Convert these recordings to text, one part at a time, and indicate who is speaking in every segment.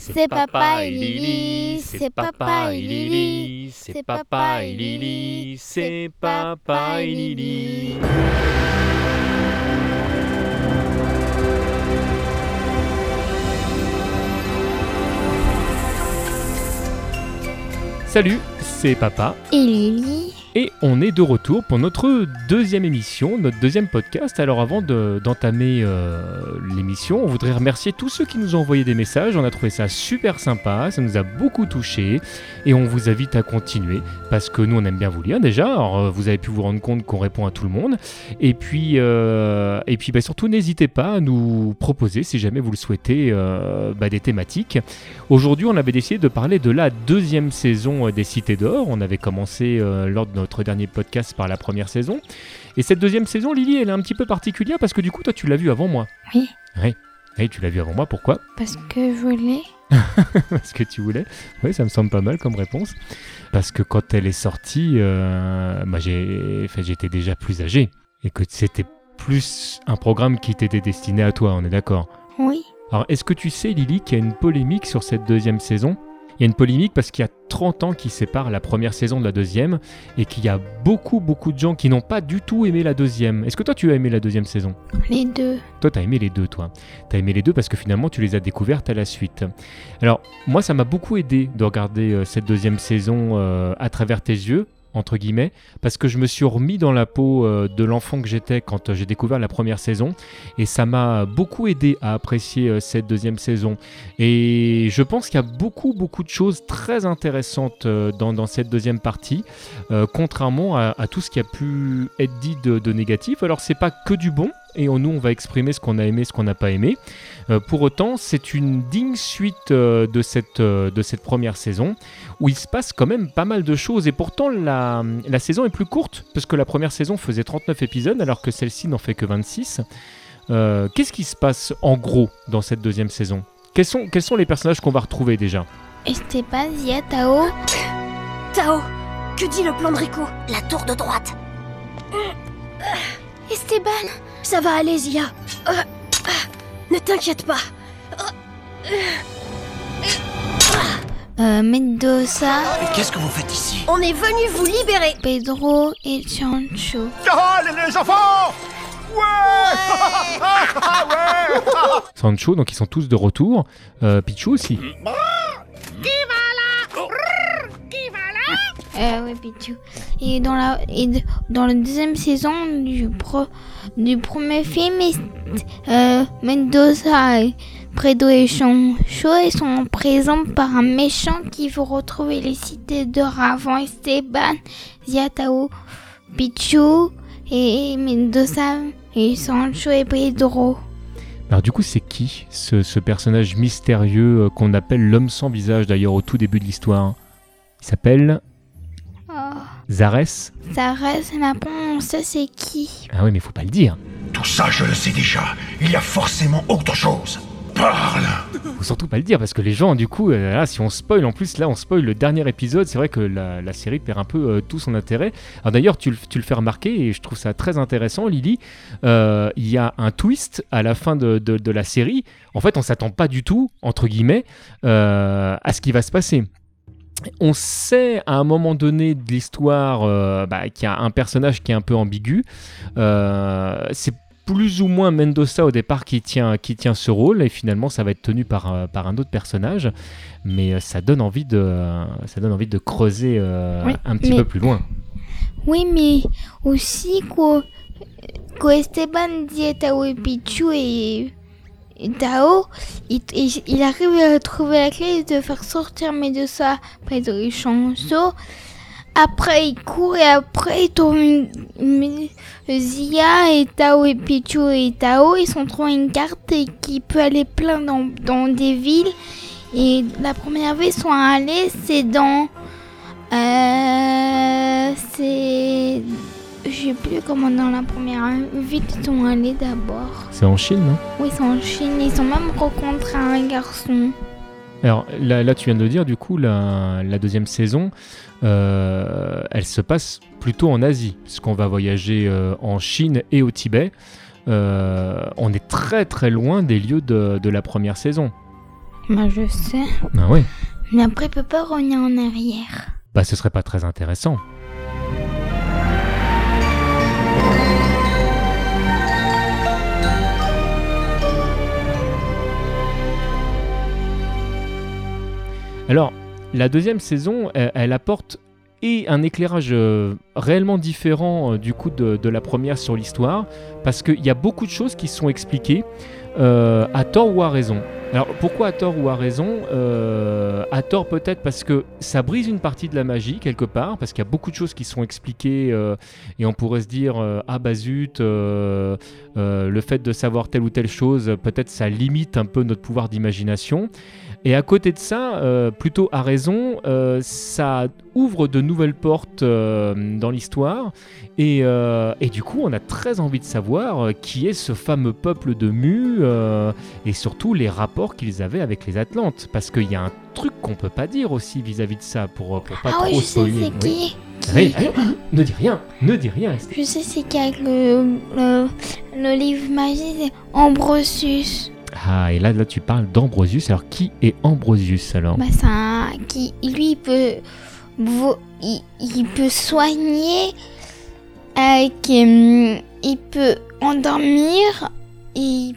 Speaker 1: C'est papa et Lily, c'est papa et Lily, c'est papa et Lily, c'est papa et Lily.
Speaker 2: Salut, c'est Papa
Speaker 1: Et Lily.
Speaker 2: et on est de retour pour notre deuxième émission, notre deuxième podcast. Alors avant d'entamer l'émission, on voudrait remercier tous ceux qui nous ont envoyé des messages. On a trouvé ça super sympa, ça nous a beaucoup touchés et on vous invite à continuer parce que nous on aime bien vous lire déjà. Alors vous avez pu vous rendre compte qu'on répond à tout le monde et puis surtout n'hésitez pas à nous proposer si jamais vous le souhaitez des thématiques. Aujourd'hui on avait décidé de parler de la deuxième saison des Cités d'Or. On avait commencé lors de notre dernier podcast par la première saison. Et cette deuxième saison, Lily, elle est un petit peu particulière parce que du coup, toi, tu l'as vue avant moi.
Speaker 1: Oui.
Speaker 2: Oui. Et tu l'as vue avant moi, pourquoi ?
Speaker 1: Parce que je voulais.
Speaker 2: Parce que tu voulais. Oui, ça me semble pas mal comme réponse. Parce que quand elle est sortie, j'étais déjà plus âgé. Et que c'était plus un programme qui t'était destiné à toi, on est d'accord ?
Speaker 1: Oui.
Speaker 2: Alors, est-ce que tu sais, Lily, qu'il y a une polémique sur cette deuxième saison ? Il y a une polémique parce qu'il y a 30 ans qui séparent la première saison de la deuxième et qu'il y a beaucoup de gens qui n'ont pas du tout aimé la deuxième. Est-ce que toi, tu as aimé la deuxième saison ?
Speaker 1: Les deux.
Speaker 2: Toi, t'as aimé les deux, toi. T'as aimé les deux parce que finalement, tu les as découvertes à la suite. Alors, moi, ça m'a beaucoup aidé de regarder cette deuxième saison à travers tes yeux, entre guillemets, parce que je me suis remis dans la peau de l'enfant que j'étais quand j'ai découvert la première saison et ça m'a beaucoup aidé à apprécier cette deuxième saison et je pense qu'il y a beaucoup de choses très intéressantes dans cette deuxième partie contrairement à tout ce qui a pu être dit de négatif. Alors c'est pas que du bon et nous on va exprimer ce qu'on a aimé, ce qu'on n'a pas aimé. Pour autant, c'est une digne suite de cette première saison où il se passe quand même pas mal de choses et pourtant la saison est plus courte parce que la première saison faisait 39 épisodes alors que celle-ci n'en fait que 26. Qu'est-ce qui se passe en gros dans cette deuxième saison ? Quels sont les personnages qu'on va retrouver déjà ?
Speaker 1: Esteban, Zia, Tao.
Speaker 3: Tao, que dit le plan de Rico ? La tour de droite.
Speaker 1: Esteban.
Speaker 3: Ça va aller, Zia. Ne t'inquiète pas.
Speaker 1: Mendoza,
Speaker 4: Mais qu'est-ce que vous faites ici ?
Speaker 3: On est venu vous libérer.
Speaker 1: Pedro et Chancho.
Speaker 4: Ah, les enfants ! Ouais, ouais.
Speaker 2: Sancho, donc ils sont tous de retour. Pichou aussi.
Speaker 1: Oui, Pichou. Et dans la deuxième saison du premier film, Mendoza, Pedro et Chancho sont présents par un méchant qui veut retrouver les cités d'or avant Esteban, Ziatao, Pichou et Mendoza et Sancho et Pedro.
Speaker 2: Alors du coup, c'est qui ce personnage mystérieux qu'on appelle l'homme sans visage d'ailleurs au tout début de l'histoire ? Il s'appelle Zarès.
Speaker 1: Zarès, mais après on sait c'est qui.
Speaker 2: Ah oui, mais faut pas le dire.
Speaker 4: Tout ça, je le sais déjà. Il y a forcément autre chose. Parle.
Speaker 2: Faut surtout pas le dire parce que les gens, du coup, là, si on spoil, en plus, là, on spoil le dernier épisode, c'est vrai que la série perd un peu tout son intérêt. Alors d'ailleurs, tu le fais remarquer et je trouve ça très intéressant, Lily. Il y a un twist à la fin de la série. En fait, on s'attend pas du tout, entre guillemets, à ce qui va se passer. On sait à un moment donné de l'histoire qu'il y a un personnage qui est un peu ambigu. C'est plus ou moins Mendoza au départ qui tient ce rôle et finalement ça va être tenu par un autre personnage. Mais ça donne envie de creuser un petit peu plus loin.
Speaker 1: Oui, mais aussi Esteban, Tao et Pichou et Tao, il arrive à trouver la clé de faire sortir Medusa Pedro et Chancho. Après il court et après il tourne Zia et Tao et Pichou et Tao, ils sont trouvés une carte qui peut aller plein dans des villes. Et la première ville ils sont allés, c'est dans je sais plus comment dans la première ville ils sont allés d'abord.
Speaker 2: C'est en Chine, non ?
Speaker 1: Oui, c'est en Chine. Ils ont même rencontré un garçon.
Speaker 2: Alors là, tu viens de le dire, du coup, la deuxième saison, elle se passe plutôt en Asie, puisqu'on va voyager en Chine et au Tibet. On est très très loin des lieux de la première saison.
Speaker 1: Bah, je sais.
Speaker 2: Ah ouais.
Speaker 1: Mais après, il peut pas revenir en arrière.
Speaker 2: Bah, ce serait pas très intéressant. Alors, la deuxième saison, elle apporte et un éclairage réellement différent du coup de la première sur l'histoire, parce qu'il y a beaucoup de choses qui sont expliquées à tort ou à raison. Alors pourquoi à tort ou à raison À tort peut-être parce que ça brise une partie de la magie quelque part, parce qu'il y a beaucoup de choses qui sont expliquées et on pourrait se dire ah bah zut, le fait de savoir telle ou telle chose, peut-être ça limite un peu notre pouvoir d'imagination. Et à côté de ça, plutôt à raison, ça ouvre de nouvelles portes dans l'histoire. Et du coup, on a très envie de savoir qui est ce fameux peuple de Mu et surtout les rapports qu'ils avaient avec les Atlantes. Parce qu'il y a un truc qu'on peut pas dire aussi vis-à-vis de ça pour pas
Speaker 1: Ah
Speaker 2: trop
Speaker 1: oui, je sais
Speaker 2: spoiler.
Speaker 1: c'est qui.
Speaker 2: Oui. Ne dis rien. Esther.
Speaker 1: Je sais c'est qui avec le livre magique, c'est Ambrosius.
Speaker 2: Ah, et là tu parles d'Ambrosius. Alors, qui est Ambrosius alors?
Speaker 1: Bah, c'est un qui, lui, il peut soigner, il peut endormir, il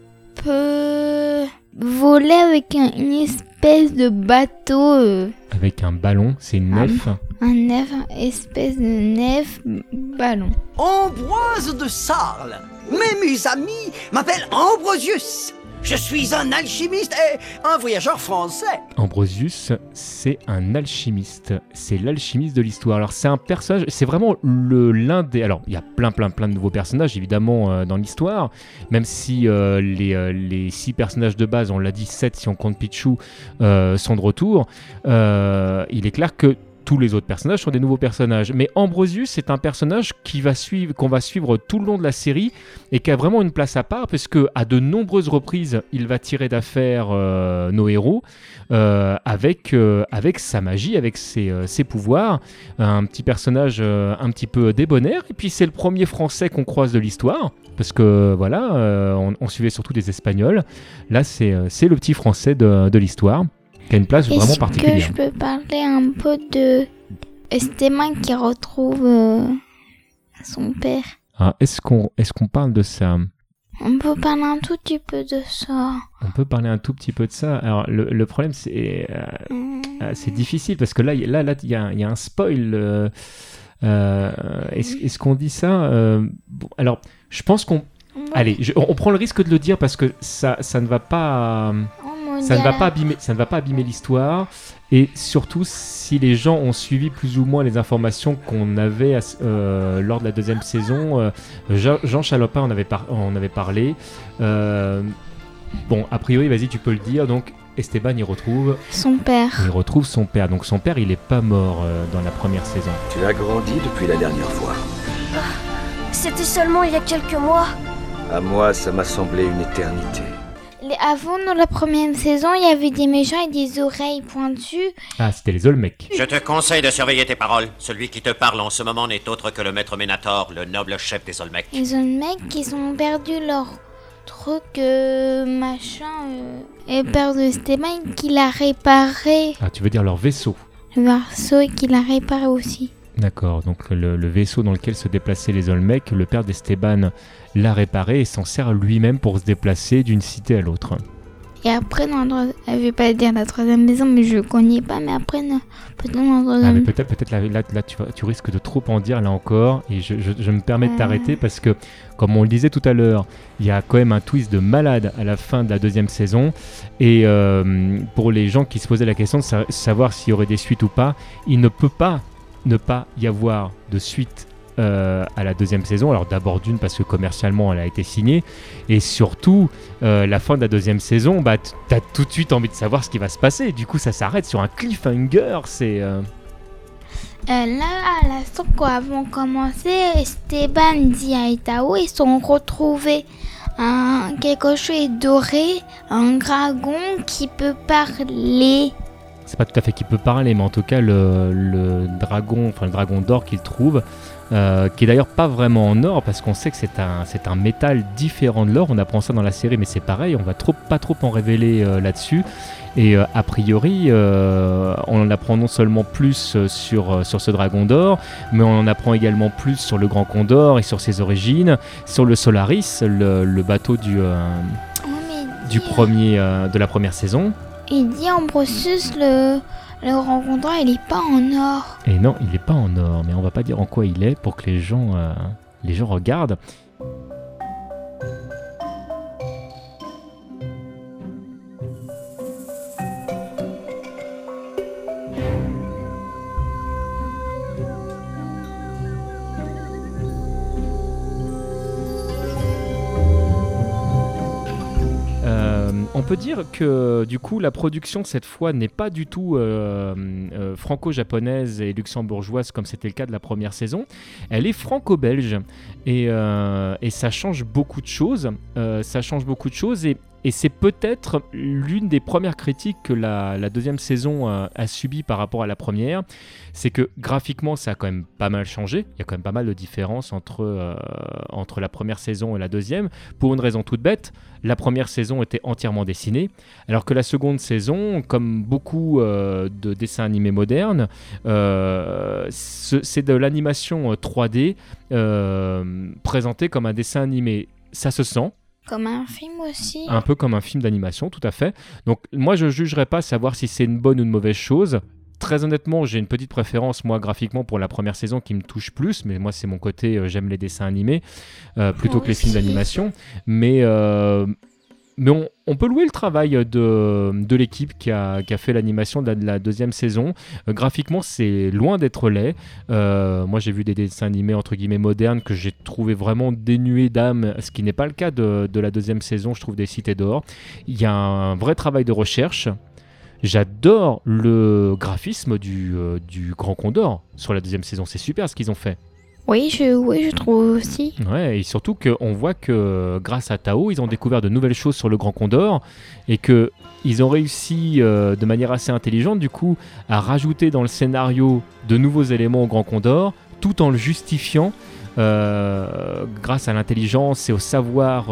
Speaker 1: peut voler avec une espèce de bateau,
Speaker 2: Avec un ballon, c'est une nef.
Speaker 1: espèce de nef ballon.
Speaker 5: Ambroise de Sarles. Mais mes amis m'appellent Ambrosius. Je suis un alchimiste et un voyageur français.
Speaker 2: Ambrosius, c'est un alchimiste. C'est l'alchimiste de l'histoire. Alors, c'est un personnage, c'est vraiment l'un des... Alors, il y a plein de nouveaux personnages, évidemment, dans l'histoire. Même si les 6 personnages de base, on l'a dit, 7 si on compte Pichou, sont de retour. Il est clair que tous les autres personnages sont des nouveaux personnages. Mais Ambrosius, c'est un personnage qu'on va suivre tout le long de la série et qui a vraiment une place à part, parce qu'à de nombreuses reprises, il va tirer d'affaire nos héros avec sa magie, avec ses pouvoirs. Un petit personnage un petit peu débonnaire. Et puis, c'est le premier Français qu'on croise de l'histoire. Parce que voilà, on suivait surtout des Espagnols. Là, c'est le petit Français de l'histoire, qui a une place vraiment particulière.
Speaker 1: Est-ce que je peux parler un peu de Esteban qui retrouve son père?
Speaker 2: Ah, est-ce qu'on parle de ça?
Speaker 1: On peut parler un tout petit peu de ça.
Speaker 2: On peut parler un tout petit peu de ça. Alors, le problème, c'est difficile, parce que là, il y a un spoil. Est-ce qu'on dit ça bon, alors, je pense qu'on... Allez, on prend le risque de le dire, parce que ça ne va pas... Ça ne va pas abîmer l'histoire, et surtout si les gens ont suivi plus ou moins les informations qu'on avait lors de la deuxième saison. Jean Chalopin en avait parlé. Bon, a priori, vas-y, tu peux le dire. Donc, Esteban, il retrouve
Speaker 1: son père.
Speaker 2: Donc, son père, il n'est pas mort dans la première saison.
Speaker 4: Tu as grandi depuis la dernière fois.
Speaker 3: C'était seulement il y a quelques mois.
Speaker 4: À moi, ça m'a semblé une éternité.
Speaker 1: Avant, dans la première saison, il y avait des méchants avec des oreilles pointues.
Speaker 2: Ah, c'était les Olmecs.
Speaker 6: Je te conseille de surveiller tes paroles. Celui qui te parle en ce moment n'est autre que le maître Ménator, le noble chef des Olmecs.
Speaker 1: Les Olmecs, ils ont perdu leur truc, et père de Esteban qui l'a réparé.
Speaker 2: Ah, tu veux dire leur vaisseau?
Speaker 1: Le vaisseau qui l'a réparé aussi.
Speaker 2: D'accord, donc le vaisseau dans lequel se déplaçaient les Olmecs, le père d'Esteban l'a réparé et s'en sert lui-même pour se déplacer d'une cité à l'autre.
Speaker 1: Et après, je vais pas dire la troisième maison, mais je connais pas, mais après, peut-être dans la troisième...
Speaker 2: Ah, mais peut-être là tu risques de trop en dire là encore, et je me permets de t'arrêter, parce que, comme on le disait tout à l'heure, il y a quand même un twist de malade à la fin de la deuxième saison, et pour les gens qui se posaient la question de savoir s'il y aurait des suites ou pas, il ne peut pas ne pas y avoir de suite à la deuxième saison. Alors d'abord parce que commercialement elle a été signée, et surtout la fin de la deuxième saison, bah t'as tout de suite envie de savoir ce qui va se passer. Du coup ça s'arrête sur un cliffhanger. C'est
Speaker 1: là, à l'instant qu'avant de commencer, Esteban dit à Itao, ils sont retrouvés quelque chose doré, un dragon qui peut parler.
Speaker 2: c'est pas tout à fait qu'il peut parler, mais en tout cas le dragon d'or qu'il trouve, qui est d'ailleurs pas vraiment en or, parce qu'on sait que c'est un métal différent de l'or. On apprend ça dans la série, mais c'est pareil, on va pas trop en révéler là-dessus. Et a priori, on en apprend non seulement plus sur ce dragon d'or, mais on en apprend également plus sur le Grand Condor et sur ses origines, sur le Solaris, le bateau de la première saison.
Speaker 1: Il dit Ambrosius, le Grand Condor, il est pas en or.
Speaker 2: Et non, il n'est pas en or, mais on va pas dire en quoi il est pour que les gens regardent. On peut dire que du coup la production cette fois n'est pas du tout franco-japonaise et luxembourgeoise comme c'était le cas de la première saison. Elle est franco-belge et ça change beaucoup de choses. Et c'est peut-être l'une des premières critiques que la deuxième saison a subi par rapport à la première. C'est que graphiquement, ça a quand même pas mal changé. Il y a quand même pas mal de différences entre la première saison et la deuxième. Pour une raison toute bête, la première saison était entièrement dessinée, alors que la seconde saison, comme beaucoup de dessins animés modernes, c'est de l'animation 3D présentée comme un dessin animé. Ça se sent.
Speaker 1: Comme un film aussi.
Speaker 2: Un peu comme un film d'animation, tout à fait. Donc moi, je ne jugerai pas savoir si c'est une bonne ou une mauvaise chose. Très honnêtement, j'ai une petite préférence, moi, graphiquement, pour la première saison qui me touche plus. Mais moi, c'est mon côté, j'aime les dessins animés plutôt que les films d'animation. Mais on peut louer le travail de l'équipe qui a fait l'animation de la deuxième saison. Graphiquement, c'est loin d'être laid. Moi, j'ai vu des dessins animés entre guillemets modernes que j'ai trouvé vraiment dénués d'âme, ce qui n'est pas le cas de la deuxième saison, je trouve, des Cités d'Or. Il y a un vrai travail de recherche. J'adore le graphisme du Grand Condor sur la deuxième saison. C'est super ce qu'ils ont fait.
Speaker 1: Oui, je trouve aussi.
Speaker 2: Ouais, et surtout qu'on voit que grâce à Tao, ils ont découvert de nouvelles choses sur le Grand Condor et qu'ils ont réussi de manière assez intelligente du coup à rajouter dans le scénario de nouveaux éléments au Grand Condor tout en le justifiant grâce à l'intelligence et au savoir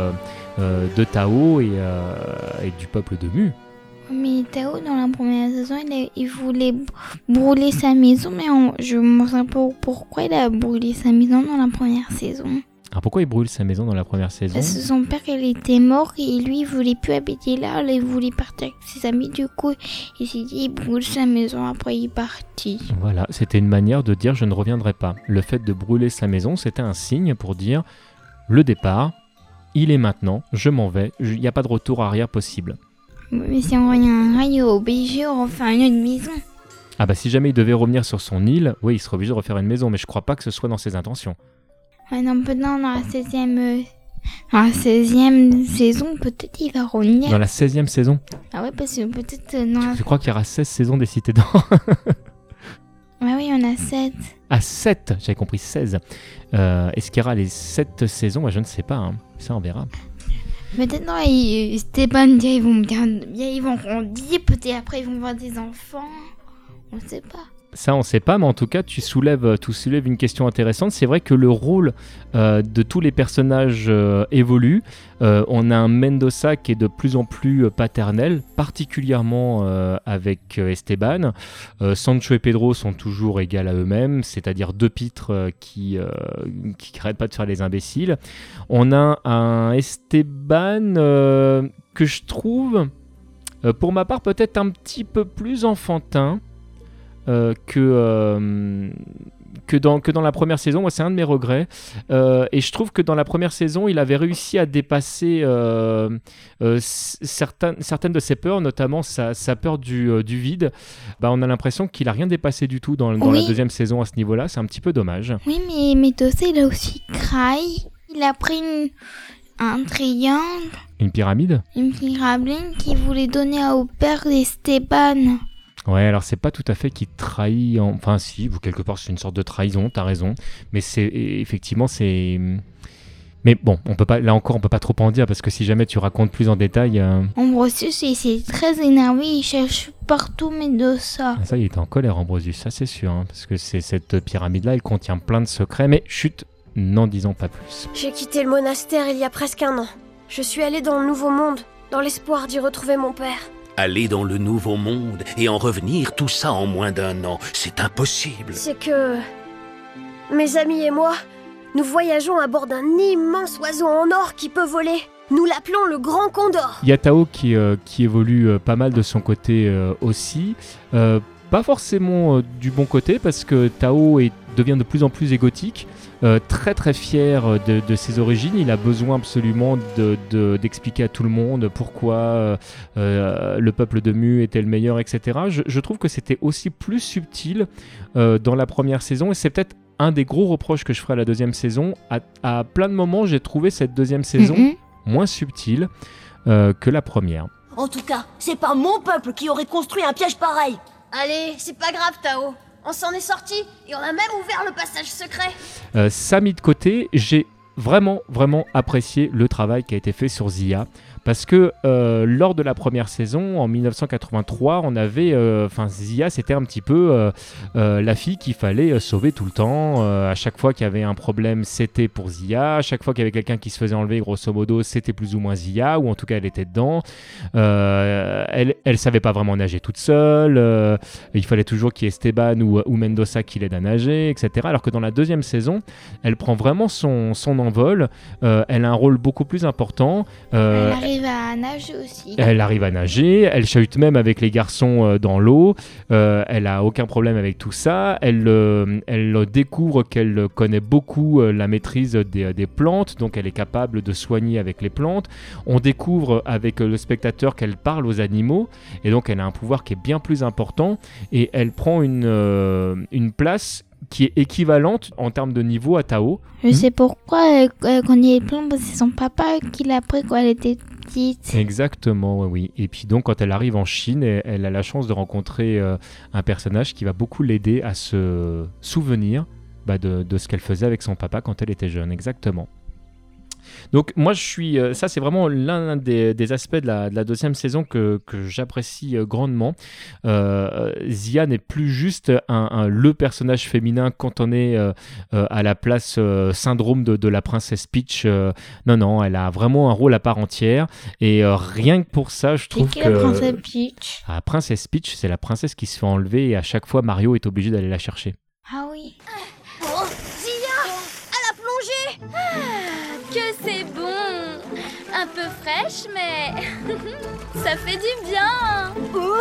Speaker 2: de Tao et du peuple de Mu.
Speaker 1: Mais Tao, dans la première saison, il voulait brûler sa maison, mais je me sais pas pourquoi il a brûlé sa maison dans la première saison.
Speaker 2: Alors pourquoi il brûle sa maison dans la première saison ?
Speaker 1: Parce que son père, il était mort et lui, il voulait plus habiter là, il voulait partir avec ses amis, du coup, il s'est dit, il brûle sa maison, après il est parti.
Speaker 2: Voilà, c'était une manière de dire je ne reviendrai pas. Le fait de brûler sa maison, c'était un signe pour dire le départ, il est maintenant, je m'en vais, il n'y a pas de retour arrière possible.
Speaker 1: Mais si on revient un rail au obligé, on refait une autre maison.
Speaker 2: Ah bah si jamais il devait revenir sur son île, oui, il serait obligé de refaire une maison, mais je crois pas que ce soit dans ses intentions.
Speaker 1: Ouais, non, peut-être dans la 16e saison, peut-être il va revenir.
Speaker 2: Dans la 16e saison ?
Speaker 1: Ah ouais, parce que peut-être dans la...
Speaker 2: Je crois qu'il y aura 16 saisons des Cités d'Or.
Speaker 1: Ouais, oui, on a 7.
Speaker 2: Ah, 7 ? J'avais compris 16. Est-ce qu'il y aura les 7 saisons ? Moi, je ne sais pas, hein. Ça on verra.
Speaker 1: Peut-être non, Stéban, ils vont grandir, peut-être après ils vont voir des enfants, on ne sait pas.
Speaker 2: Ça, on ne sait pas, mais en tout cas, tu soulèves une question intéressante. C'est vrai que le rôle de tous les personnages évolue. On a un Mendoza qui est de plus en plus paternel, particulièrement avec Esteban. Sancho et Pedro sont toujours égaux à eux-mêmes, c'est-à-dire deux pitres qui n'arrêtent pas de faire les imbéciles. On a un Esteban que je trouve, pour ma part, peut-être un petit peu plus enfantin. Que dans la première saison. Moi, c'est un de mes regrets. Et je trouve que dans la première saison, il avait réussi à dépasser certaines de ses peurs, notamment sa peur du vide. Bah, on a l'impression qu'il n'a rien dépassé du tout dans la deuxième saison à ce niveau-là. C'est un petit peu dommage.
Speaker 1: Oui, mais Mendoza, il a aussi craint. Il a pris un triangle.
Speaker 2: Une pyramide ?
Speaker 1: Une pyramide qu'il voulait donner au père d'Esteban.
Speaker 2: Ouais, alors c'est pas tout à fait qu'il trahit, enfin si, ou quelque part c'est une sorte de trahison, t'as raison, mais effectivement c'est Mais bon, on peut pas trop en dire parce que si jamais tu racontes plus en détail...
Speaker 1: Ambrosius, il s'est très énervé, il cherche partout Medusa.
Speaker 2: Ça, il était en colère, Ambrosius, ça c'est sûr, hein, parce que cette pyramide-là, elle contient plein de secrets, mais chut, n'en disons pas plus.
Speaker 3: J'ai quitté le monastère il y a presque 1 an. Je suis allée dans le Nouveau Monde, dans l'espoir d'y retrouver mon père.
Speaker 4: Aller dans le nouveau monde et en revenir, tout ça en moins d'1 an, c'est impossible.
Speaker 3: C'est que... mes amis et moi, nous voyageons à bord d'un immense oiseau en or qui peut voler. Nous l'appelons le Grand Condor.
Speaker 2: Il y a Tao qui évolue pas mal de son côté aussi. Pas forcément du bon côté parce que Tao devient de plus en plus égotique, très très fier de ses origines. Il a besoin absolument d'expliquer à tout le monde pourquoi le peuple de Mu était le meilleur, etc. Je trouve que c'était aussi plus subtil dans la première saison et c'est peut-être un des gros reproches que je ferai à la deuxième saison. À plein de moments, j'ai trouvé cette deuxième saison moins subtile que la première.
Speaker 7: En tout cas, c'est pas mon peuple qui aurait construit un piège pareil.
Speaker 3: Allez, c'est pas grave, Tao. On s'en est sorti et on a même ouvert le passage secret.
Speaker 2: Ça mis de côté, j'ai vraiment apprécié le travail qui a été fait sur Zia. Parce que lors de la première saison, en 1983, on avait... Zia, c'était un petit peu la fille qu'il fallait sauver tout le temps. À chaque fois qu'il y avait un problème, c'était pour Zia. À chaque fois qu'il y avait quelqu'un qui se faisait enlever, grosso modo, c'était plus ou moins Zia, ou en tout cas, elle était dedans. Elle savait pas vraiment nager toute seule. Il fallait toujours qu'il y ait Esteban ou Mendoza qui l'aide à nager, etc. Alors que dans la deuxième saison, elle prend vraiment son envol. Elle a un rôle beaucoup plus important.
Speaker 1: Elle arrive à nager aussi.
Speaker 2: Elle arrive à nager, elle chahute même avec les garçons dans l'eau, elle a aucun problème avec tout ça, elle découvre qu'elle connaît beaucoup la maîtrise des plantes, donc elle est capable de soigner avec les plantes. On découvre avec le spectateur qu'elle parle aux animaux, et donc elle a un pouvoir qui est bien plus important, et elle prend une place qui est équivalente en termes de niveau à Tao.
Speaker 1: Je sais pourquoi elle connaît les plantes, parce que c'est son papa qui l'a appris quand elle était petite.
Speaker 2: Exactement, oui. Et puis donc quand elle arrive en Chine, elle a la chance de rencontrer un personnage qui va beaucoup l'aider à se souvenir de ce qu'elle faisait avec son papa quand elle était jeune, exactement. Donc moi ça c'est vraiment l'un des aspects de la deuxième saison que j'apprécie grandement. Zia n'est plus juste le personnage féminin quand on est à la place syndrome de la princesse Peach. Non, elle a vraiment un rôle à part entière et rien que pour ça je trouve que...
Speaker 1: C'est qui la princesse Peach ?
Speaker 2: La princesse Peach, c'est la princesse qui se fait enlever et à chaque fois Mario est obligé d'aller la chercher.
Speaker 1: Ah oui.
Speaker 3: Oh, Zia, à la plongée.
Speaker 8: Que c'est bon! Un peu fraîche, mais ça fait du bien!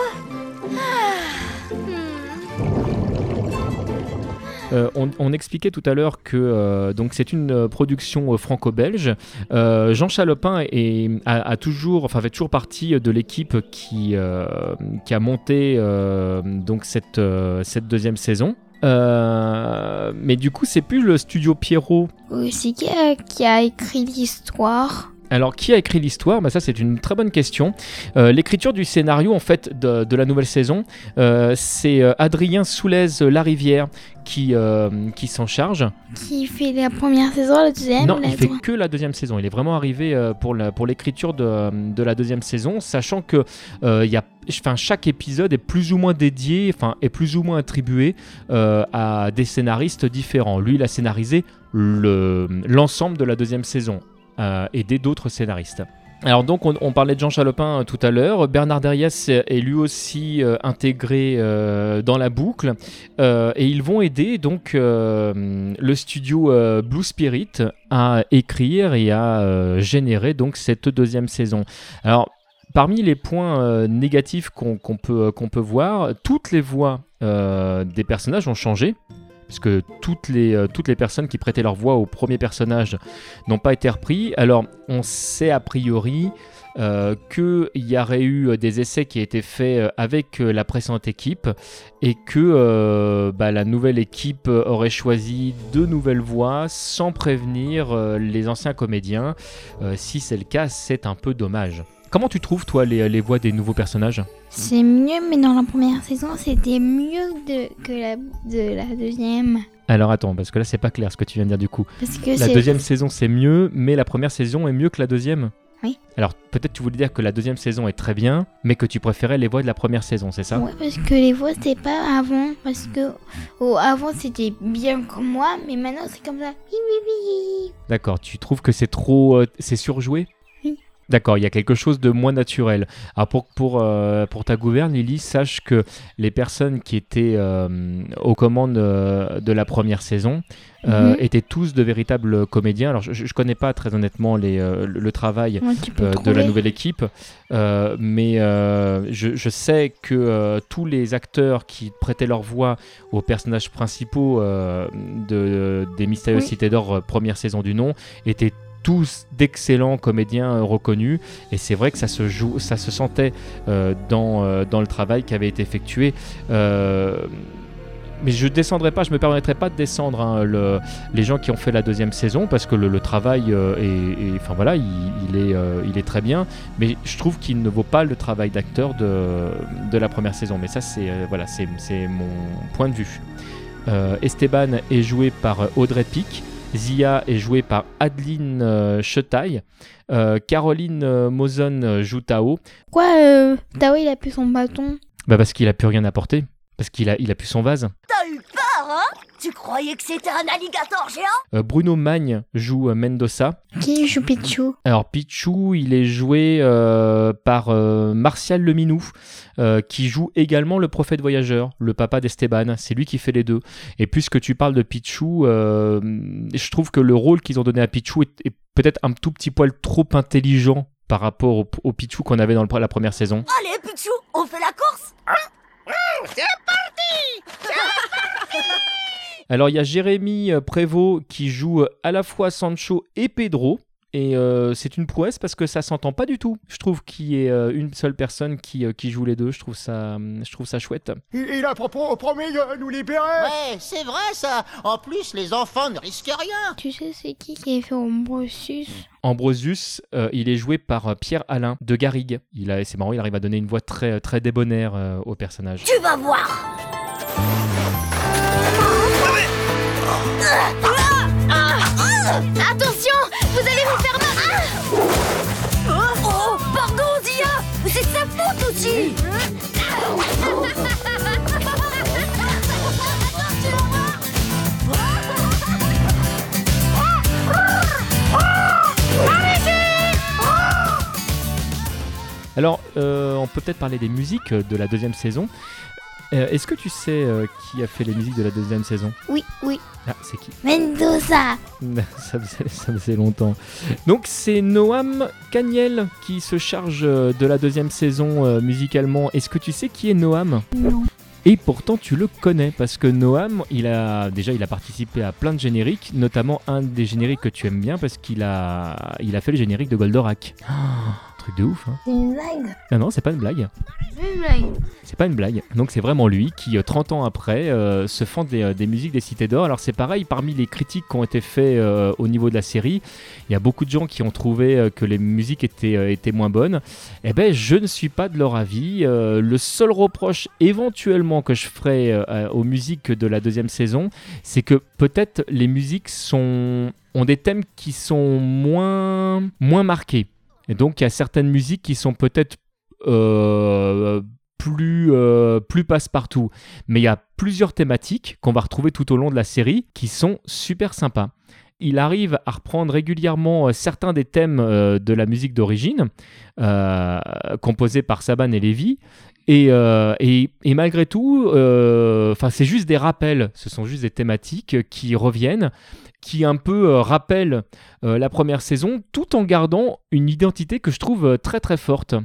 Speaker 2: On expliquait tout à l'heure que donc c'est une production franco-belge. Jean Chalopin fait toujours partie de l'équipe qui a monté donc cette deuxième saison. Mais du coup, c'est plus le studio Pierrot.
Speaker 1: C'est qui a écrit l'histoire.
Speaker 2: Alors, qui a écrit l'histoire ? Ça, c'est une très bonne question. L'écriture du scénario, en fait, de la nouvelle saison, c'est Adrien Soulez-Larivière qui s'en charge. Qui
Speaker 1: fait la première saison, la deuxième ?
Speaker 2: Non, il fait que la deuxième saison. Il est vraiment arrivé pour l'écriture de la deuxième saison, sachant que chaque épisode est plus ou moins dédié, est plus ou moins attribué à des scénaristes différents. Lui, il a scénarisé l'ensemble de la deuxième saison. Aider d'autres scénaristes. Alors donc on parlait de Jean Chalopin tout à l'heure, Bernard Derriès est lui aussi intégré dans la boucle et ils vont aider donc le studio Blue Spirit à écrire et à générer donc cette deuxième saison. Alors parmi les points négatifs qu'on peut voir, toutes les voix des personnages ont changé. Parce que toutes les personnes qui prêtaient leur voix au premier personnage n'ont pas été repris. Alors, on sait a priori qu'il y aurait eu des essais qui étaient faits avec la précédente équipe et que la nouvelle équipe aurait choisi de nouvelles voix sans prévenir les anciens comédiens. Si c'est le cas, c'est un peu dommage. Comment tu trouves, toi, les voix des nouveaux personnages ?
Speaker 1: C'est mieux, mais dans la première saison, c'était mieux que de la deuxième.
Speaker 2: Alors attends, parce que là c'est pas clair ce que tu viens de dire du coup.
Speaker 1: Parce que
Speaker 2: La deuxième saison c'est mieux, mais la première saison est mieux que la deuxième.
Speaker 1: Oui.
Speaker 2: Alors peut-être tu voulais dire que la deuxième saison est très bien, mais que tu préférais les voix de la première saison, c'est ça?
Speaker 1: Ouais, parce que les voix c'était pas avant, parce que avant c'était bien comme moi, mais maintenant c'est comme ça. Oui, oui, oui.
Speaker 2: D'accord, tu trouves que c'est trop... c'est surjoué?
Speaker 1: Oui.
Speaker 2: D'accord, il y a quelque chose de moins naturel. Alors pour ta gouverne, Lily, sache que les personnes qui étaient aux commandes de la première saison étaient tous de véritables comédiens. Alors je connais pas très honnêtement le travail de la nouvelle équipe, mais je sais que tous les acteurs qui prêtaient leur voix aux personnages principaux des Mystérieuses Cités d'Or première saison du nom étaient tous d'excellents comédiens reconnus, et c'est vrai que ça se sentait dans le travail qui avait été effectué. Mais je me permettrai pas de descendre les gens qui ont fait la deuxième saison, parce que le travail enfin voilà, il est très bien, mais je trouve qu'il ne vaut pas le travail d'acteur de la première saison. Mais ça c'est mon point de vue. Esteban est joué par Audrey Pic. Zia est jouée par Adeline Chetaille. Caroline Mozon joue Tao.
Speaker 1: Pourquoi Tao il a plus son bâton?
Speaker 2: Parce qu'il a plus rien à porter. Parce qu'il a plus son vase.
Speaker 7: T'as eu peur, hein? Tu croyais que c'était un alligator géant?
Speaker 2: Bruno Magne joue Mendoza.
Speaker 1: Qui joue Pichou?
Speaker 2: Alors Pichou, il est joué par Martial Leminou, qui joue également le prophète voyageur, le papa d'Esteban. C'est lui qui fait les deux. Et puisque tu parles de Pichou, je trouve que le rôle qu'ils ont donné à Pichou est peut-être un tout petit poil trop intelligent par rapport au Pichou qu'on avait dans la première saison.
Speaker 7: Allez, Pichou, on fait la course?
Speaker 5: C'est parti!
Speaker 2: Alors il y a Jérémy Prévost qui joue à la fois Sancho et Pedro, et c'est une prouesse parce que ça s'entend pas du tout. Je trouve qu'il y ait une seule personne qui joue les deux. Je trouve ça chouette.
Speaker 9: Il a promis de nous libérer.
Speaker 10: Ouais, c'est vrai ça. En plus, les enfants ne risquent rien.
Speaker 1: Tu sais c'est qui a fait Ambrosius?
Speaker 2: Ambrosius, il est joué par Pierre-Alain de Garrigue. C'est marrant, il arrive à donner une voix très, très débonnaire au personnage.
Speaker 7: Tu vas voir.
Speaker 8: Attention, vous allez vous faire mal.
Speaker 7: Oh, pardon, Zia. C'est sa faute aussi.
Speaker 2: Alors, on peut peut-être parler des musiques de la deuxième saison. Est-ce que tu sais qui a fait les musiques de la deuxième saison?
Speaker 1: Oui.
Speaker 2: Ah, c'est qui?
Speaker 1: Mendoza.
Speaker 2: Ça faisait longtemps. Donc c'est Noam Caniel qui se charge de la deuxième saison musicalement. Est-ce que tu sais qui est Noam?
Speaker 1: Non.
Speaker 2: Et pourtant tu le connais, parce que Noam, il a participé à plein de génériques, notamment un des génériques que tu aimes bien, parce qu'il a fait le générique de Goldorak. Truc de ouf, hein.
Speaker 1: C'est une blague?
Speaker 2: Non, c'est pas une blague.
Speaker 1: C'est une blague.
Speaker 2: C'est pas une blague. Donc c'est vraiment lui qui, 30 ans après, se fend des musiques des Cités d'Or. Alors c'est pareil, parmi les critiques qui ont été faites au niveau de la série, il y a beaucoup de gens qui ont trouvé que les musiques étaient moins bonnes. Eh ben, je ne suis pas de leur avis. Le seul reproche éventuellement que je ferai aux musiques de la deuxième saison, c'est que peut-être les musiques ont des thèmes qui sont moins marqués. Et donc il y a certaines musiques qui sont peut-être plus passe-partout. Mais il y a plusieurs thématiques qu'on va retrouver tout au long de la série qui sont super sympas. Il arrive à reprendre régulièrement certains des thèmes de la musique d'origine, composés par Saban et Levy. Et malgré tout, c'est juste des rappels, ce sont juste des thématiques qui reviennent, qui un peu rappellent la première saison, tout en gardant une identité que je trouve très très forte.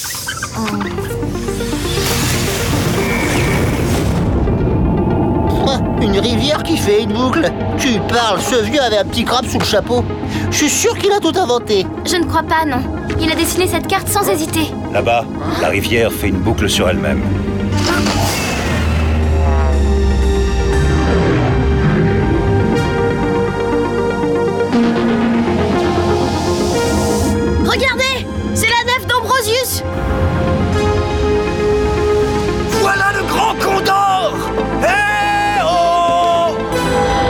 Speaker 10: Une rivière qui fait une boucle. Tu parles, ce vieux avait un petit crabe sous le chapeau. Je suis sûr qu'il a tout inventé.
Speaker 8: Je ne crois pas, non. Il a dessiné cette carte sans hésiter.
Speaker 11: Là-bas, la rivière fait une boucle sur elle-même.
Speaker 7: Regardez, c'est la nef d'Ambrosius.
Speaker 5: Voilà le grand Condor. Hé oh!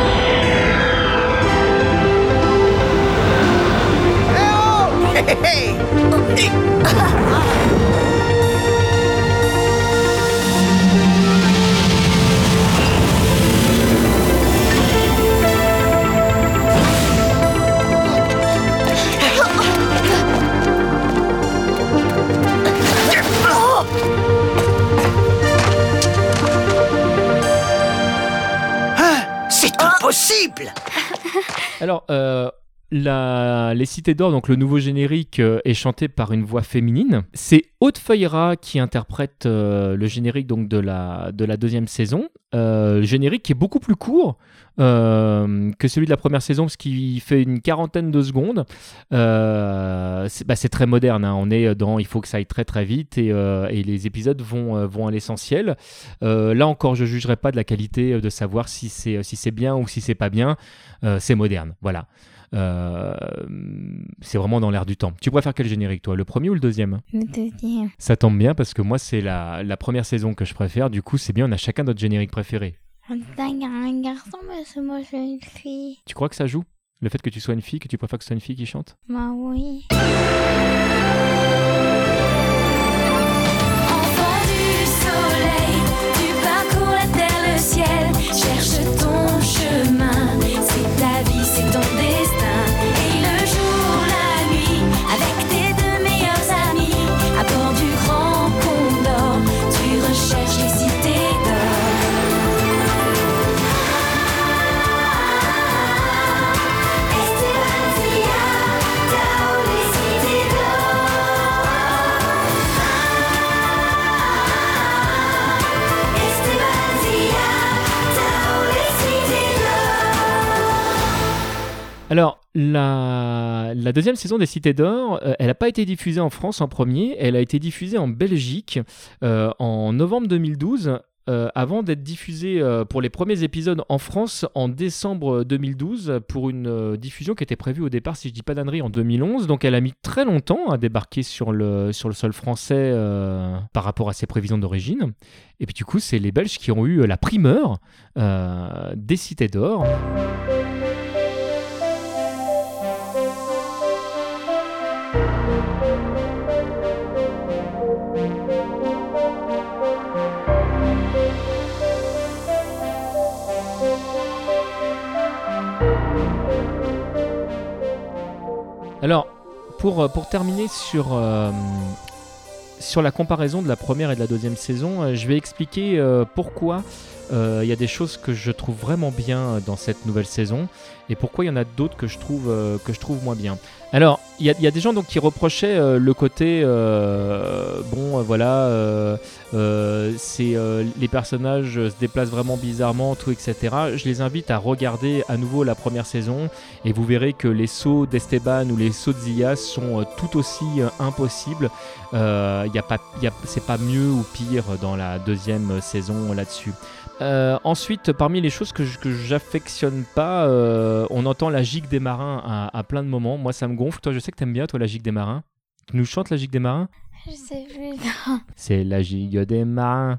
Speaker 5: possible.
Speaker 2: Alors, les Cités d'Or, donc le nouveau générique, est chanté par une voix féminine. C'est Aude Feuillera qui interprète le générique donc, de la deuxième saison. Générique qui est beaucoup plus court que celui de la première saison parce qu'il fait une 40aine de secondes. C'est très moderne, hein. On est dans il faut que ça aille très très vite et les épisodes vont à l'essentiel. Là encore, je ne jugerai pas de la qualité de savoir si c'est bien ou si c'est pas bien. C'est moderne, voilà. C'est vraiment dans l'air du temps. Tu préfères quel générique, toi, le premier ou le deuxième ?
Speaker 1: Le deuxième.
Speaker 2: Ça tombe bien parce que moi, c'est la première saison que je préfère. Du coup, c'est bien, on a chacun notre générique préféré.
Speaker 1: Il y a un garçon, mais c'est moi, je suis une fille.
Speaker 2: Tu crois que ça joue ? Le fait que tu sois une fille, que tu préfères que ce soit une fille qui chante ?
Speaker 1: Bah oui.
Speaker 12: Enfant du soleil, tu parcours la terre, le ciel, cherche ton chemin. C'est ta vie, c'est ton destin. Et le jour, la nuit, avec tes deux meilleurs amis, à bord du grand Condor, tu recherches les cités d'or.
Speaker 2: Alors, la deuxième saison des Cités d'Or, elle n'a pas été diffusée en France en premier, elle a été diffusée en Belgique en novembre 2012, avant d'être diffusée pour les premiers épisodes en France en décembre 2012, pour une diffusion qui était prévue au départ, si je ne dis pas d'ânerie, en 2011. Donc elle a mis très longtemps à débarquer sur le sol français par rapport à ses prévisions d'origine. Et puis du coup, c'est les Belges qui ont eu la primeur des Cités d'Or. Alors, pour terminer sur la comparaison de la première et de la deuxième saison, je vais expliquer pourquoi il y a des choses que je trouve vraiment bien dans cette nouvelle saison et pourquoi il y en a d'autres que je trouve moins bien. Alors, il y a des gens donc, qui reprochaient le côté les personnages se déplacent vraiment bizarrement, tout, etc. Je les invite à regarder à nouveau la première saison et vous verrez que les sauts d'Esteban ou les sauts de Zia sont tout aussi impossibles. C'est pas mieux ou pire dans la deuxième saison là-dessus. Ensuite, parmi les choses que j'affectionne pas, on entend la gigue des marins à plein de moments. Moi, ça me gonfle. Toi, je sais que t'aimes bien, toi, la gigue des marins. Tu nous chantes la gigue des marins ?
Speaker 1: Je sais plus.
Speaker 2: C'est la gigue des marins.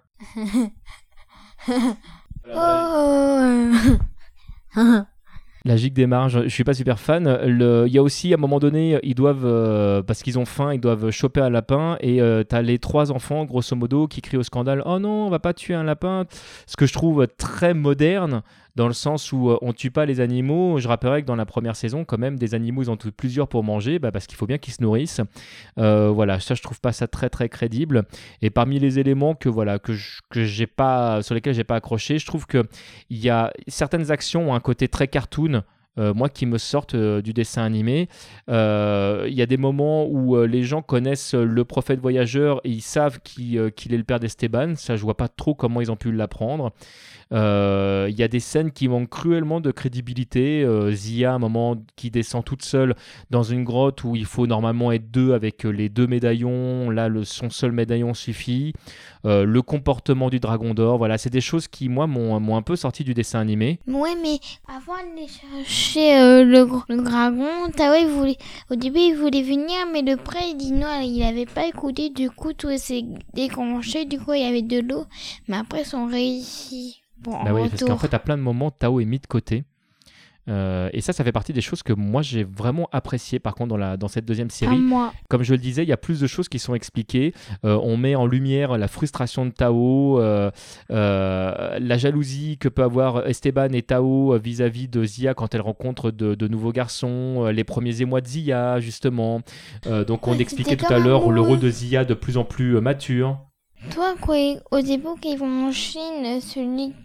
Speaker 2: La gigue des marins, je suis pas super fan. Il y a aussi, à un moment donné, ils doivent, parce qu'ils ont faim, ils doivent choper un lapin et t'as les 3 enfants, grosso modo, qui crient au scandale « Oh non, on va pas tuer un lapin !» Ce que je trouve très moderne, dans le sens où on tue pas les animaux. Je rappellerai que dans la première saison, quand même, des animaux, ils en tuent plusieurs pour manger, parce qu'il faut bien qu'ils se nourrissent. Voilà, ça, je trouve pas ça très, très crédible. Et parmi les éléments sur lesquels j'ai pas accroché, je trouve que il y a certaines actions ont un côté très cartoon. Moi qui me sortent du dessin animé, il y a des moments où les gens connaissent le prophète voyageur et ils savent qu'il est le père d'Esteban. Ça, je vois pas trop comment ils ont pu l'apprendre. Il y a des scènes qui manquent cruellement de crédibilité. Zia, à un moment, qui descend toute seule dans une grotte où il faut normalement être 2 avec les 2 médaillons. Là, son seul médaillon suffit. Le comportement du dragon d'or, voilà, c'est des choses qui, moi, m'ont un peu sorti du dessin animé.
Speaker 1: Ouais, mais avant d'aller chercher le dragon, au début, il voulait venir, mais le prêtre, il dit non, il avait pas écouté, du coup, tout s'est déclenché, du coup, il y avait de l'eau, mais après, ils ont réussi. Bon,
Speaker 2: oui, parce qu'en fait, à plein de moments, Tao est mis de côté. Et ça fait partie des choses que moi j'ai vraiment apprécié par contre dans cette deuxième série. Comme je le disais, il y a plus de choses qui sont expliquées. On met en lumière la frustration de Tao, la jalousie que peut avoir Esteban et Tao vis-à-vis de Zia quand elle rencontre de nouveaux garçons, les premiers émois de Zia justement. Donc on expliquait tout à l'heure le rôle de Zia de plus en plus mature.
Speaker 1: Toi, quoi, au début qu'ils vont en Chine,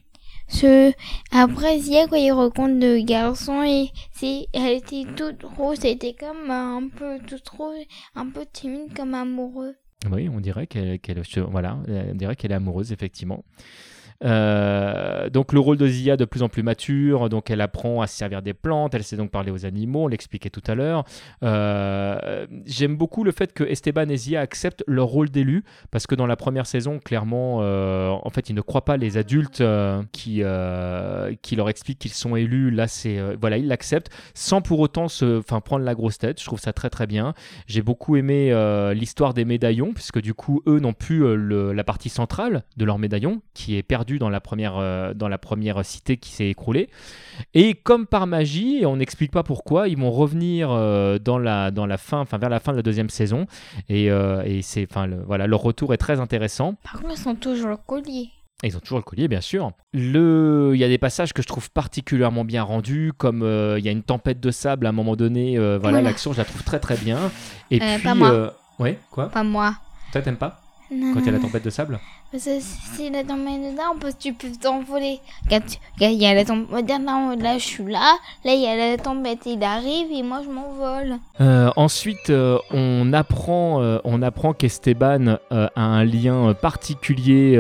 Speaker 1: Après, Zia, quand il rencontre le garçon, elle était toute rose, c'était comme un peu toute rose, un peu timide comme amoureux.
Speaker 2: Oui, on dirait on dirait qu'elle est amoureuse, effectivement. Donc le rôle de Zia de plus en plus mature, donc elle apprend à se servir des plantes, elle sait donc parler aux animaux, on l'expliquait tout à l'heure. J'aime beaucoup le fait que Esteban et Zia acceptent leur rôle d'élu, parce que dans la première saison, clairement, en fait, ils ne croient pas les adultes qui leur expliquent qu'ils sont élus. Là, ils l'acceptent sans pour autant prendre la grosse tête. Je trouve ça très très bien. J'ai beaucoup aimé l'histoire des médaillons, puisque du coup, eux n'ont plus la partie centrale de leur médaillon, qui est perdue dans la première cité qui s'est écroulée. Et comme par magie, on n'explique pas pourquoi, ils vont revenir vers la fin de la deuxième saison. Et leur retour est très intéressant.
Speaker 1: Par contre, ils ont toujours le collier.
Speaker 2: Et ils ont toujours le collier, bien sûr. Il y a des passages que je trouve particulièrement bien rendus, comme il y a une tempête de sable à un moment donné. L'action, je la trouve très très bien. Et puis,
Speaker 1: pas moi.
Speaker 2: Ouais, quoi ?
Speaker 1: Pas moi.
Speaker 2: Toi, t'aimes pas ?
Speaker 1: Non,
Speaker 2: quand il y a la tempête de sable ?
Speaker 1: Parce que si la tempête de sable, tu peux t'envoler. Il y a la tempête, là je suis là il y a la tempête, il arrive et moi je m'envole.
Speaker 2: Ensuite, on apprend qu'Esteban a un lien particulier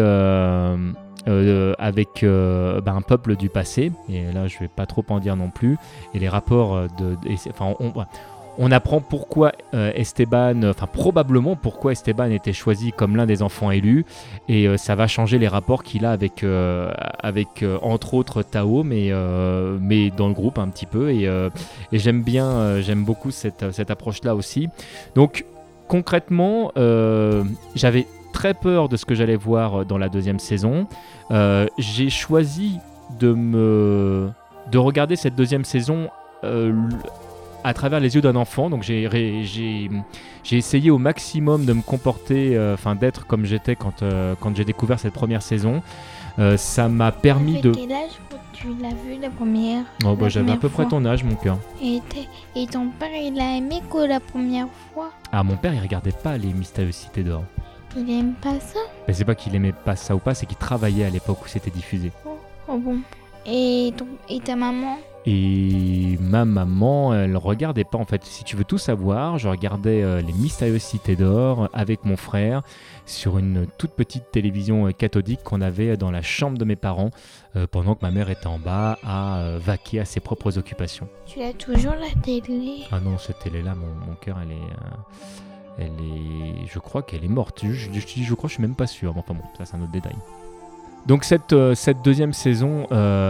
Speaker 2: avec un peuple du passé. Et là, je vais pas trop en dire non plus. Et les rapports on apprend pourquoi probablement pourquoi Esteban était choisi comme l'un des enfants élus, et ça va changer les rapports qu'il a avec entre autres Tao, mais dans le groupe un petit peu, et j'aime beaucoup cette approche-là aussi. Donc concrètement, j'avais très peur de ce que j'allais voir dans la deuxième saison. J'ai choisi de regarder cette deuxième saison à travers les yeux d'un enfant, donc j'ai essayé au maximum de me comporter, d'être comme j'étais quand j'ai découvert cette première saison. Ça m'a permis de...
Speaker 1: Quel âge tu l'as vu la première
Speaker 2: J'avais à peu près ton âge, mon cœur.
Speaker 1: Et ton père, il a aimé quoi la première fois ?
Speaker 2: Ah, mon père, il regardait pas les Mystérieuses Cités d'Or.
Speaker 1: Il aime pas ça ?
Speaker 2: Mais c'est pas qu'il aimait pas ça ou pas, c'est qu'il travaillait à l'époque où c'était diffusé.
Speaker 1: Oh bon. Et ta maman ?
Speaker 2: Et ma maman, elle regardait pas, en fait. Si tu veux tout savoir, je regardais les Mystérieuses Cités d'Or avec mon frère sur une toute petite télévision cathodique qu'on avait dans la chambre de mes parents pendant que ma mère était en bas à vaquer à ses propres occupations.
Speaker 1: Tu as toujours la télé ?
Speaker 2: Ah non, cette télé-là, mon cœur, elle est... Je crois qu'elle est morte. Je crois, je suis même pas sûr. Enfin bon, ça c'est un autre détail. Donc cette deuxième saison,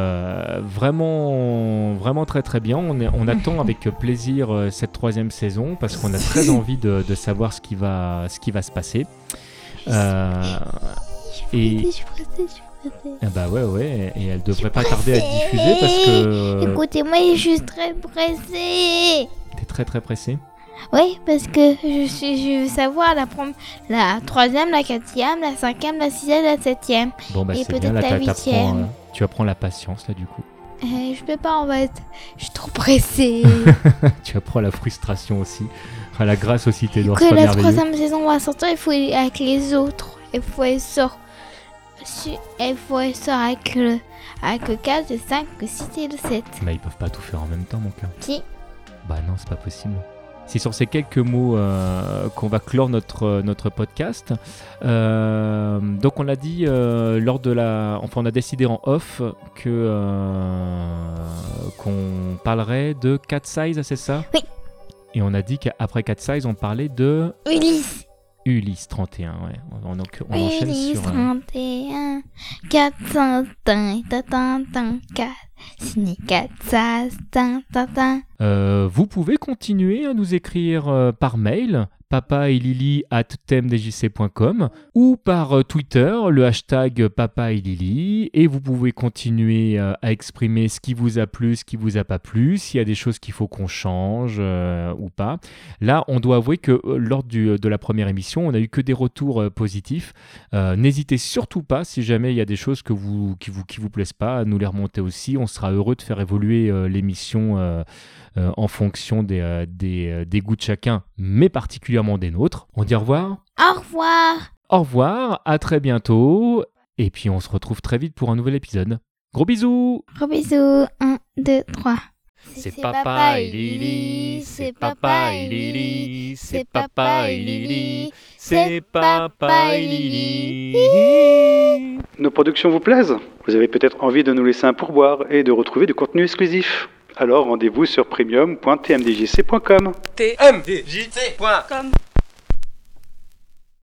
Speaker 2: vraiment très très bien. On attend avec plaisir cette troisième saison parce qu'on a très envie de savoir ce qui va se passer. Ouais, et elle devrait pas tarder à être diffusée parce que...
Speaker 1: Écoutez-moi, je suis très pressée.
Speaker 2: T'es très très pressée ?
Speaker 1: Oui, parce que je veux savoir la troisième, la quatrième, la cinquième, la sixième, la septième.
Speaker 2: Bon,
Speaker 1: et
Speaker 2: c'est
Speaker 1: peut-être
Speaker 2: bien, là,
Speaker 1: la huitième.
Speaker 2: Tu apprends la patience, là, du coup.
Speaker 1: Je peux pas, en fait. Je suis trop pressée.
Speaker 2: Tu apprends la frustration aussi. La grâce aussi, t'es dans
Speaker 1: ce pas merveilleux. La troisième saison va sortir, il faut aller avec les autres. Il faut être sort avec le 4, le 5, le 6 et le 7.
Speaker 2: Mais ils peuvent pas tout faire en même temps, mon cœur.
Speaker 1: Si.
Speaker 2: Bah non, c'est pas possible. C'est sur ces quelques mots qu'on va clore notre podcast. Donc on a dit on a décidé en off qu'on parlerait de Cat Size, c'est ça ?
Speaker 1: Oui.
Speaker 2: Et on a dit qu'après Cat Size, on parlait de Ulysse 31, ouais. On enchaîne
Speaker 1: Ulysse
Speaker 2: sur
Speaker 1: 31, 405, 4.
Speaker 2: Vous pouvez continuer à nous écrire par mail papa-et-lily@tmdjc.com ou par Twitter, le hashtag papa-et-lily, et vous pouvez continuer à exprimer ce qui vous a plu, ce qui vous a pas plu, s'il y a des choses qu'il faut qu'on change ou pas. Là, on doit avouer que lors de la première émission, on n'a eu que des retours positifs. N'hésitez surtout pas, si jamais il y a des choses qui vous plaisent pas, à nous les remonter aussi. On sera heureux de faire évoluer l'émission en fonction des goûts de chacun, mais particulièrement des nôtres. On dit au revoir.
Speaker 1: Au revoir.
Speaker 2: Au revoir, à très bientôt. Et puis on se retrouve très vite pour un nouvel épisode. Gros bisous.
Speaker 1: Gros bisous. 1, 2, 3.
Speaker 2: C'est papa et Lily, c'est papa et Lily, c'est papa et Lily, c'est papa et Lily.
Speaker 13: Nos productions vous plaisent ? Vous avez peut-être envie de nous laisser un pourboire et de retrouver du contenu exclusif. Alors rendez-vous sur premium.tmdjc.com.
Speaker 14: tmdjc.com